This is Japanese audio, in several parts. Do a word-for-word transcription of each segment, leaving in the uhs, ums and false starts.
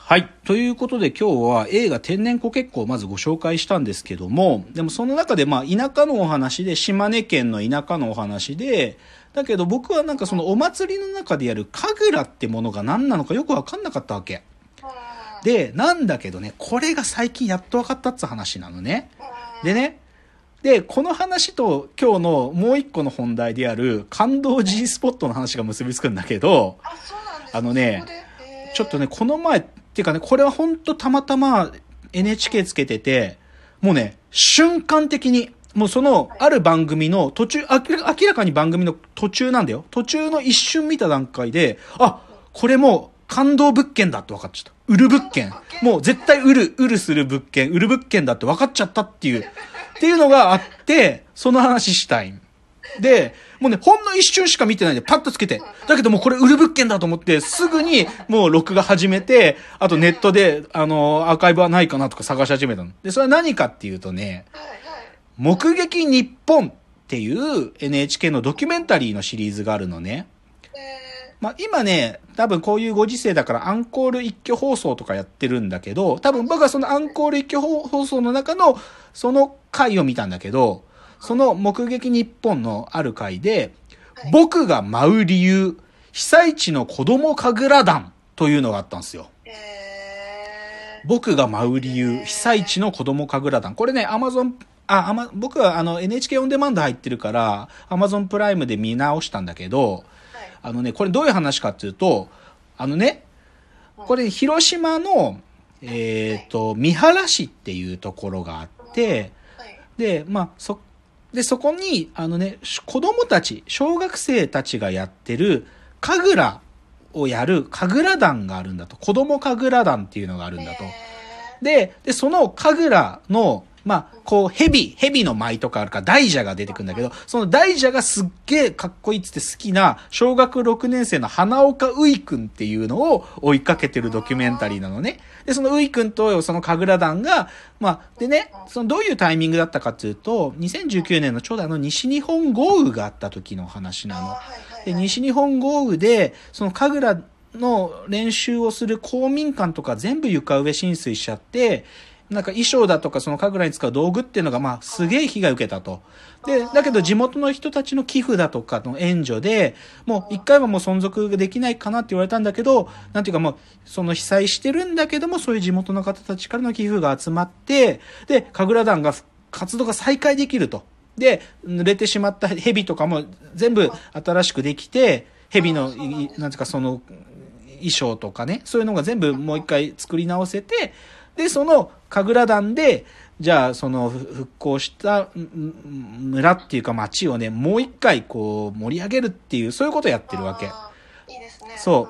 はい。ということで今日は映画天然湖結構をまずご紹介したんですけども、でもその中でまあ田舎のお話で、島根県の田舎のお話で、だけど僕はなんかそのお祭りの中でやる神楽ってものが何なのかよくわかんなかったわけ。で、なんだけどね、これが最近やっとわかったっつ話なのね。でね、で、この話と今日のもう一個の本題である感動 G スポットの話が結びつくんだけど、あのね、ちょっとね、この前、っていうかね、これはほんとたまたま エヌエイチケー つけてて、もうね、瞬間的に、もうその、ある番組の途中、明らかに番組の途中なんだよ。途中の一瞬見た段階で、あ、これもう感動物件だって分かっちゃった。売る物件。もう絶対売る、売るする物件、売る物件だって分かっちゃったっていう、っていうのがあって、その話したい。で、もうね、ほんの一瞬しか見てないんで、パッとつけて。だけどもうこれ売る物件だと思って、すぐにもう録画始めて、あとネットで、あの、アーカイブはないかなとか探し始めたの。で、それは何かっていうとね、目撃日本っていう エヌエイチケー のドキュメンタリーのシリーズがあるのね。まあ今ね、多分こういうご時世だからアンコール一挙放送とかやってるんだけど、多分僕はそのアンコール一挙放送の中のその回を見たんだけど、その目撃日本のある回で、僕が舞う理由、被災地の子供神楽団というのがあったんですよ。僕が舞う理由、被災地の子供神楽団。これね、アマゾン、あ、アマ、僕はあの エヌエイチケー オンデマンド入ってるから、アマゾンプライムで見直したんだけど、あのね、これどういう話かっていうと、あのね、これ広島の、えっと、三原市っていうところがあって、で、まあ、そ、で、そこに、あのね、子供たち、小学生たちがやってる、神楽をやる神楽団があるんだと。子供神楽団っていうのがあるんだと。で、で、その神楽の、まあ、こう、蛇、蛇の舞とかあるから大蛇が出てくるんだけど、その大蛇がすっげえかっこいいっつって好きな小学ろくねん生の花岡ういくんっていうのを追いかけてるドキュメンタリーなのね。で、そのういくんとその神楽団が、まあ、でね、そのどういうタイミングだったかっていうと、にせんじゅうきゅうねんのちょうどあの西日本豪雨があった時の話なの。で、西日本豪雨で、その神楽の練習をする公民館とか全部床上浸水しちゃって、なんか衣装だとかその神楽に使う道具っていうのがまあすげえ被害を受けたと。で、だけど地元の人たちの寄付だとかの援助で、もう一回はもう存続ができないかなって言われたんだけど、なんていうかもうその被災してるんだけども、そういう地元の方たちからの寄付が集まって、で、神楽団が活動が再開できると。で、濡れてしまった蛇とかも全部新しくできて、蛇の、なんていうかその衣装とかね、そういうのが全部もう一回作り直せて、で、その神楽団で、じゃあその復興した村っていうか町をね、もう一回こう盛り上げるっていう、そういうことをやってるわけ。 いいですね。 そう。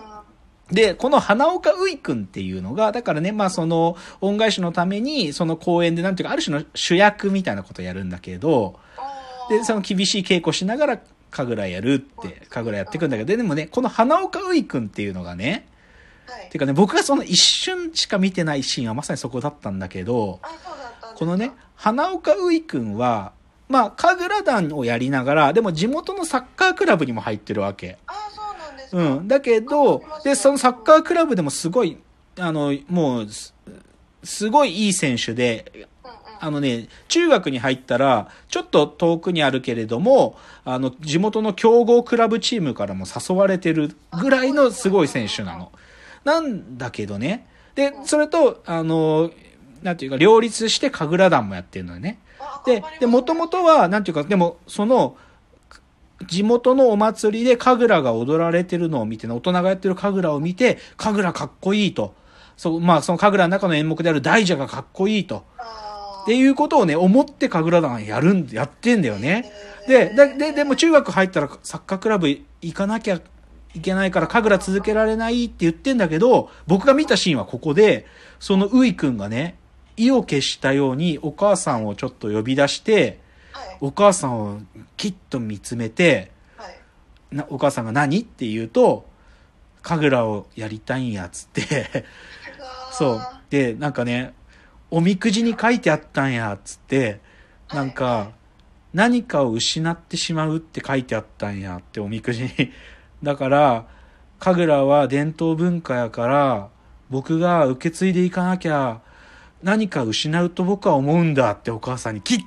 で、この花岡ういくんっていうのが、だからね、まあその恩返しのために、その公演でなんていうか、ある種の主役みたいなことをやるんだけど、で、その厳しい稽古しながら神楽やるって、神楽やっていくんだけど、でもね、この花岡ういくんっていうのがね、はい、てかね、僕がその一瞬しか見てないシーンはまさにそこだったんだけど、このね、花岡ういくんは、まあ、神楽団をやりながら、でも地元のサッカークラブにも入ってるわけ。 あ、そうなんですか。 うん。だけど、で、そのサッカークラブでもすごい、あの、もう、すごいいい選手で、あのね、中学に入ったら、ちょっと遠くにあるけれども、あの、地元の強豪クラブチームからも誘われてるぐらいのすごい選手なの。なんだけどね。で、それと、あの、なんていうか、両立して神楽団もやってるのよね。で、で、もともとは、なんていうか、でも、その、地元のお祭りで神楽が踊られてるのを見てね、大人がやってる神楽を見て、神楽かっこいいと。そう、まあ、その神楽の中の演目である大蛇がかっこいいと。っていうことをね、思って神楽団やるん、やってんだよね。で、で、でも中学入ったらサッカークラブ行かなきゃいけないから神楽続けられないって言ってんだけど、僕が見たシーンはここで、そのういくんがね、意を決したようにお母さんをちょっと呼び出して、お母さんをきっと見つめて、なお母さんが何って言うと、神楽をやりたいんやつってそう。で、なんかね、おみくじに書いてあったんやつって、なんか、何かを失ってしまうって書いてあったんやっておみくじに。だから、神楽は伝統文化やから、 僕が受け継いでいかなきゃ何か失うと僕は思うんだってお母さんに切って、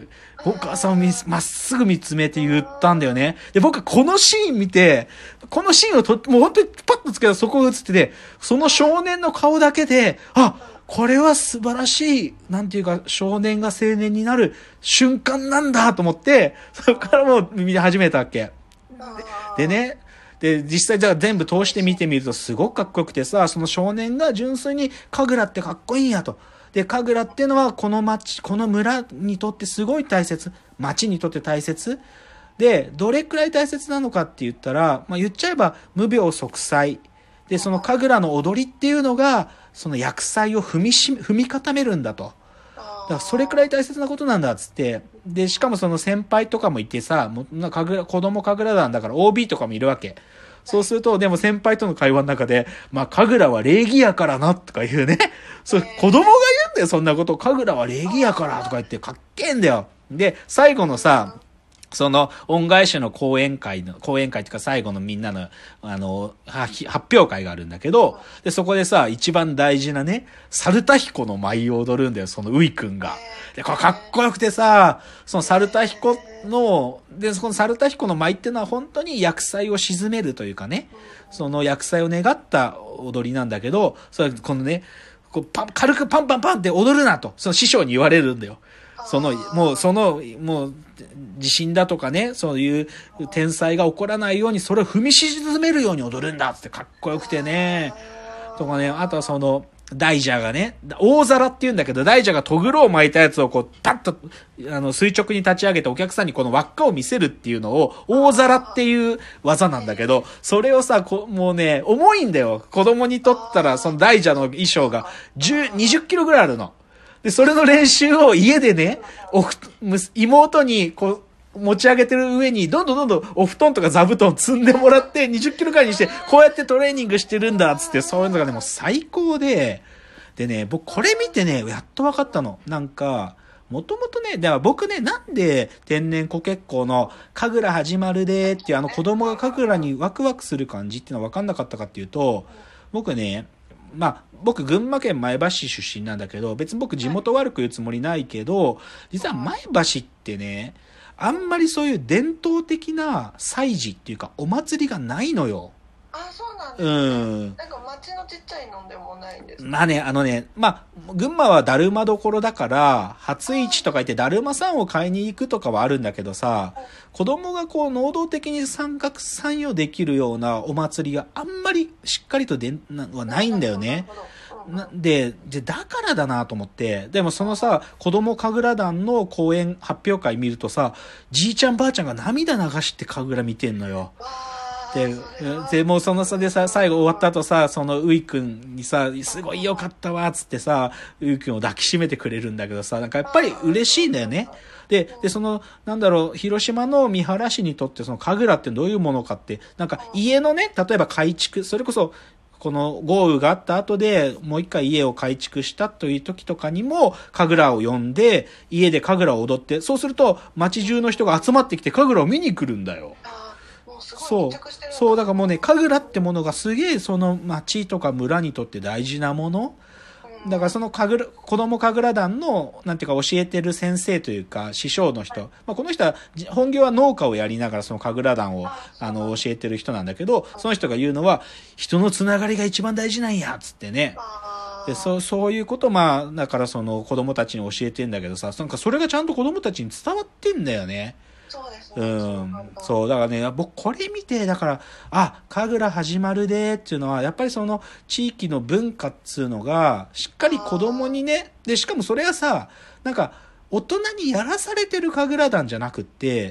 お母さんを見まっすぐ見つめて言ったんだよね。で、僕はこのシーン見て、このシーンをと、もう本当にパッとつけたらそこが映ってて、その少年の顔だけで、あ、これは素晴らしい、なんていうか、少年が青年になる瞬間なんだと思って、そこからもう見始めたわけ。で、でね、で、実際じゃあ全部通して見てみるとすごくかっこよくてさ、その少年が純粋に神楽ってかっこいいんやと。で、神楽っていうのはこの町、この村にとってすごい大切。町にとって大切。で、どれくらい大切なのかって言ったら、まあ言っちゃえば無病息災。で、その神楽の踊りっていうのが、その厄災を踏みし、踏み固めるんだと。だからそれくらい大切なことなんだっつって。で、しかもその先輩とかもいてさ、もう神楽、子供神楽団だから オービー とかもいるわけ。そうすると、でも先輩との会話の中で、まあ、神楽は礼儀やからな、とか言うね。そう、子供が言うんだよ、そんなこと。神楽は礼儀やから、とか言って、かっけえんだよ。で、最後のさ、その、恩返しの講演会の、講演会っていうか最後のみんなの、あの、発表会があるんだけど、で、そこでさ、一番大事なね、猿田彦の舞を踊るんだよ、そのウイ君が。で、これかっこよくてさ、その猿田彦の、で、その猿田彦の舞っていうのは本当に厄災を鎮めるというかね、その厄災を願った踊りなんだけど、それ、このね、こうパン軽くパンパンパンって踊るなと、その師匠に言われるんだよ。その、もう、その、もう、地震だとかね、そういう天災が起こらないように、それを踏み沈めるように踊るんだってかっこよくてね。とかね、あとはその、大蛇がね、大皿って言うんだけど、大蛇がトグロを巻いたやつをこう、パッと、あの、垂直に立ち上げてお客さんにこの輪っかを見せるっていうのを、大皿っていう技なんだけど、それをさ、こもうね、重いんだよ。子供にとったら、その大蛇の衣装が、じゅう、にじゅっキロぐらいあるの。で、それの練習を家でね、おふ、妹に、こう、持ち上げてる上に、どんどんどんどんお布団とか座布団積んでもらって、にじゅっキロぐらいにして、こうやってトレーニングしてるんだ、つって、そういうのがね、もう最高で、でね、僕これ見てね、やっと分かったの。なんか、もともとね、だから僕ね、なんで天然コケッコーの神楽始まるでっていうあの子供が神楽にワクワクする感じっていうのは分かんなかったかっていうと、僕ね、まあ、僕、群馬県前橋市出身なんだけど、別に僕地元悪く言うつもりないけど、実は前橋ってね、あんまりそういう伝統的な祭事っていうか、お祭りがないのよ。 あ、そうなんですね。うん。なんか町のちっちゃいのでもないんですか？ まあね、あのね、まあ、群馬はだるまどころだから、初市とか言ってだるまさんを買いに行くとかはあるんだけどさ、子供がこう能動的に参画参与できるようなお祭りがあんまりしっかりとでなはないんだよね。なで、で、だからだなと思って、でもそのさ、子供神楽団の公演発表会見るとさ、じいちゃんばあちゃんが涙流して神楽見てんのよ。で、で、もうその差でさ、最後終わった後さ、そのウイ君にさ、すごい良かったわ、つってさ、ウイ君を抱きしめてくれるんだけどさ、なんかやっぱり嬉しいんだよね。で、で、その、なんだろう、広島の三原市にとってその神楽ってどういうものかって、なんか家のね、例えば改築、それこそ、この豪雨があった後でもう一回家を改築したという時とかにも神楽を呼んで家で神楽を踊って、そうすると街中の人が集まってきて神楽を見に来るんだよ。そう。そう、だからもうね、神楽ってものがすげえその町とか村にとって大事なもの。だからその神楽、子供神楽団の、なんていうか教えてる先生というか、師匠の人。まあ、この人は、本業は農家をやりながらその神楽団を、あの、教えてる人なんだけど、その人が言うのは、人のつながりが一番大事なんや、つってね。で、そう、そういうこと、まあ、だからその子供たちに教えてんだけどさ、なんかそれがちゃんと子供たちに伝わってんだよね。 そうですね。 うん。そう。だからね、僕これ見て、だから、あ、神楽始まるでっていうのは、やっぱりその地域の文化っつうのが、しっかり子供にね、で、しかもそれはさ、なんか、大人にやらされてる神楽団じゃなくって、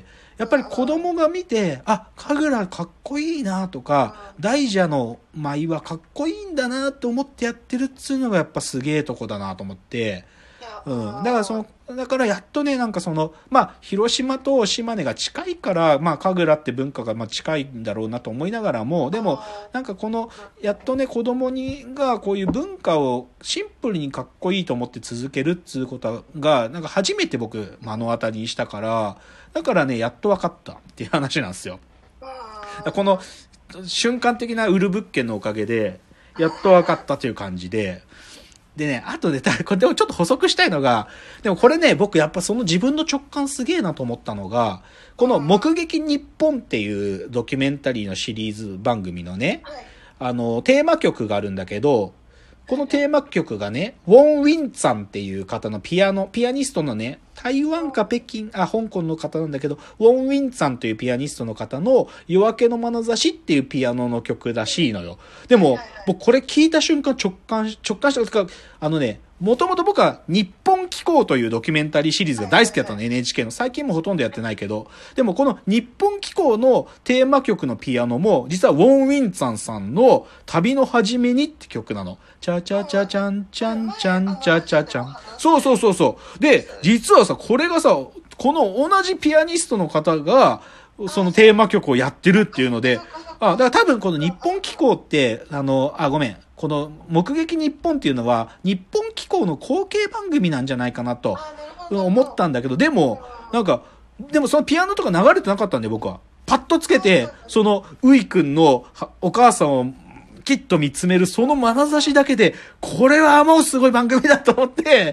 やっぱり子供が見て、あ、神楽かっこいいなとか、大蛇の舞はかっこいいんだなと思ってやってるっつうのがやっぱすげえとこだなと思って、うん。だからその、だからやっとね、なんかその、まあ、広島と島根が近いから、まあ、神楽って文化がまあ近いんだろうなと思いながらも、でも、なんかこの、やっとね、子供にがこういう文化をシンプルにかっこいいと思って続けるっつうことが、なんか初めて僕、目の当たりにしたから、だからね、やっと分かったっていう話なんですよ。この瞬間的な売る物件のおかげで、 やっと分かったという感じで。でね、あとで、これでもちょっと補足したいのが、でもこれね、僕やっぱその自分の直感すげえなと思ったのが、この目撃日本っていうドキュメンタリーのシリーズ番組のね、あの、テーマ曲があるんだけど、このテーマ曲がね、ウォン・ウィンツァンっていう方のピアノ、ピアニストのね、台湾か北京、あ、香港の方なんだけど、ウォン・ウィンツァンというピアニストの方の夜明けの眼差しっていうピアノの曲らしいのよ。でも、僕これ聞いた瞬間直感、直感したか、あのね、もともと僕は日本機構というドキュメンタリーシリーズが大好きだったの、エヌエイチケー の。最近もほとんどやってないけど。でもこの日本機構のテーマ曲のピアノも、実はウォン・ウィンツァンさんの旅の始めにって曲なの。チャチャチャチャンチャンチャンチャチャチャン。そうそうそうそう。で、実はさ、これがさ、この同じピアニストの方が、そのテーマ曲をやってるっていうので、あ、だから多分この日本機構って、あの、あ、ごめん。この目撃日本っていうのは日本機構の後継番組なんじゃないかなと思ったんだけど、でもなんかでもそのピアノとか流れてなかったんで、僕はパッとつけてそのウイ君のお母さんをきっと見つめるその眼差しだけで、これはもうすごい番組だと思って、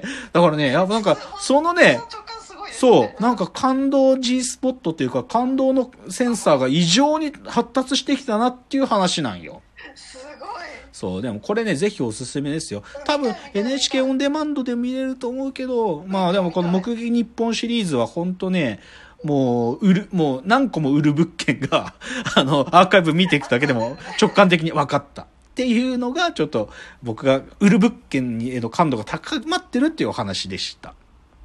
だからね、やっぱなんかそのね、そうなんか感動 G スポットっていうか感動のセンサーが異常に発達してきたなっていう話なんよ。そう、でもこれね、ぜひおすすめですよ。多分 エヌエイチケー オンデマンドで見れると思うけど、まあでもこの目撃日本シリーズは本当ね、もう、売る、もう何個も売る物件が、あの、アーカイブ見ていくだけでも直感的に分かったっていうのが、ちょっと僕が売る物件への感度が高まってるっていうお話でした。